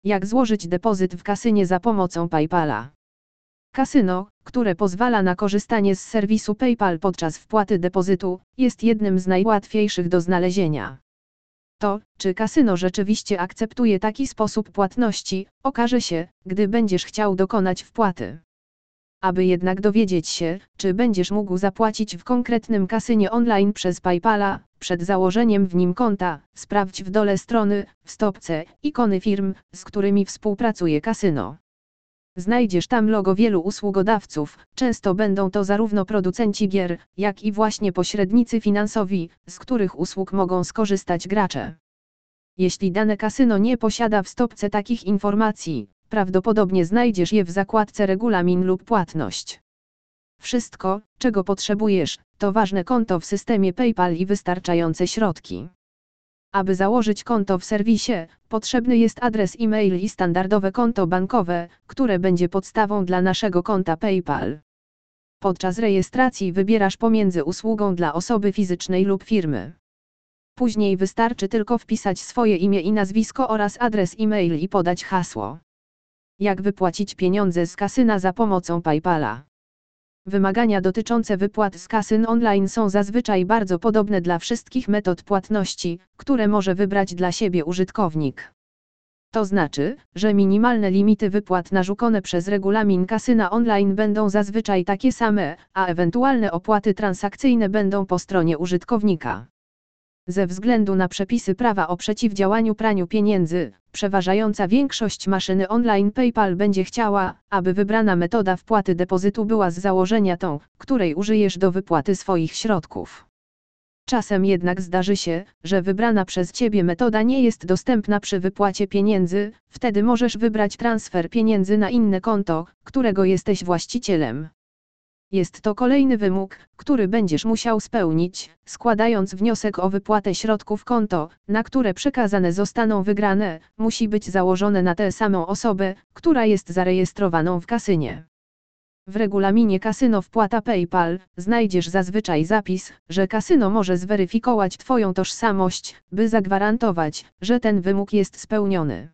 Jak złożyć depozyt w kasynie za pomocą PayPala? Kasyno, które pozwala na korzystanie z serwisu PayPal podczas wpłaty depozytu, jest jednym z najłatwiejszych do znalezienia. To, czy kasyno rzeczywiście akceptuje taki sposób płatności, okaże się, gdy będziesz chciał dokonać wpłaty. Aby jednak dowiedzieć się, czy będziesz mógł zapłacić w konkretnym kasynie online przez PayPala, przed założeniem w nim konta, sprawdź w dole strony, w stopce, ikony firm, z którymi współpracuje kasyno. Znajdziesz tam logo wielu usługodawców, często będą to zarówno producenci gier, jak i właśnie pośrednicy finansowi, z których usług mogą skorzystać gracze. Jeśli dane kasyno nie posiada w stopce takich informacji, prawdopodobnie znajdziesz je w zakładce Regulamin lub Płatność. Wszystko, czego potrzebujesz, to ważne konto w systemie PayPal i wystarczające środki. Aby założyć konto w serwisie, potrzebny jest adres e-mail i standardowe konto bankowe, które będzie podstawą dla naszego konta PayPal. Podczas rejestracji wybierasz pomiędzy usługą dla osoby fizycznej lub firmy. Później wystarczy tylko wpisać swoje imię i nazwisko oraz adres e-mail i podać hasło. Jak wypłacić pieniądze z kasyna za pomocą PayPala? Wymagania dotyczące wypłat z kasyn online są zazwyczaj bardzo podobne dla wszystkich metod płatności, które może wybrać dla siebie użytkownik. To znaczy, że minimalne limity wypłat narzucone przez regulamin kasyna online będą zazwyczaj takie same, a ewentualne opłaty transakcyjne będą po stronie użytkownika. Ze względu na przepisy prawa o przeciwdziałaniu praniu pieniędzy, przeważająca większość maszyny online PayPal będzie chciała, aby wybrana metoda wpłaty depozytu była z założenia tą, której użyjesz do wypłaty swoich środków. Czasem jednak zdarzy się, że wybrana przez Ciebie metoda nie jest dostępna przy wypłacie pieniędzy, wtedy możesz wybrać transfer pieniędzy na inne konto, którego jesteś właścicielem. Jest to kolejny wymóg, który będziesz musiał spełnić, składając wniosek o wypłatę środków. Konto, na które przekazane zostaną wygrane, musi być założone na tę samą osobę, która jest zarejestrowaną w kasynie. W regulaminie kasyno wpłata PayPal znajdziesz zazwyczaj zapis, że kasyno może zweryfikować Twoją tożsamość, by zagwarantować, że ten wymóg jest spełniony.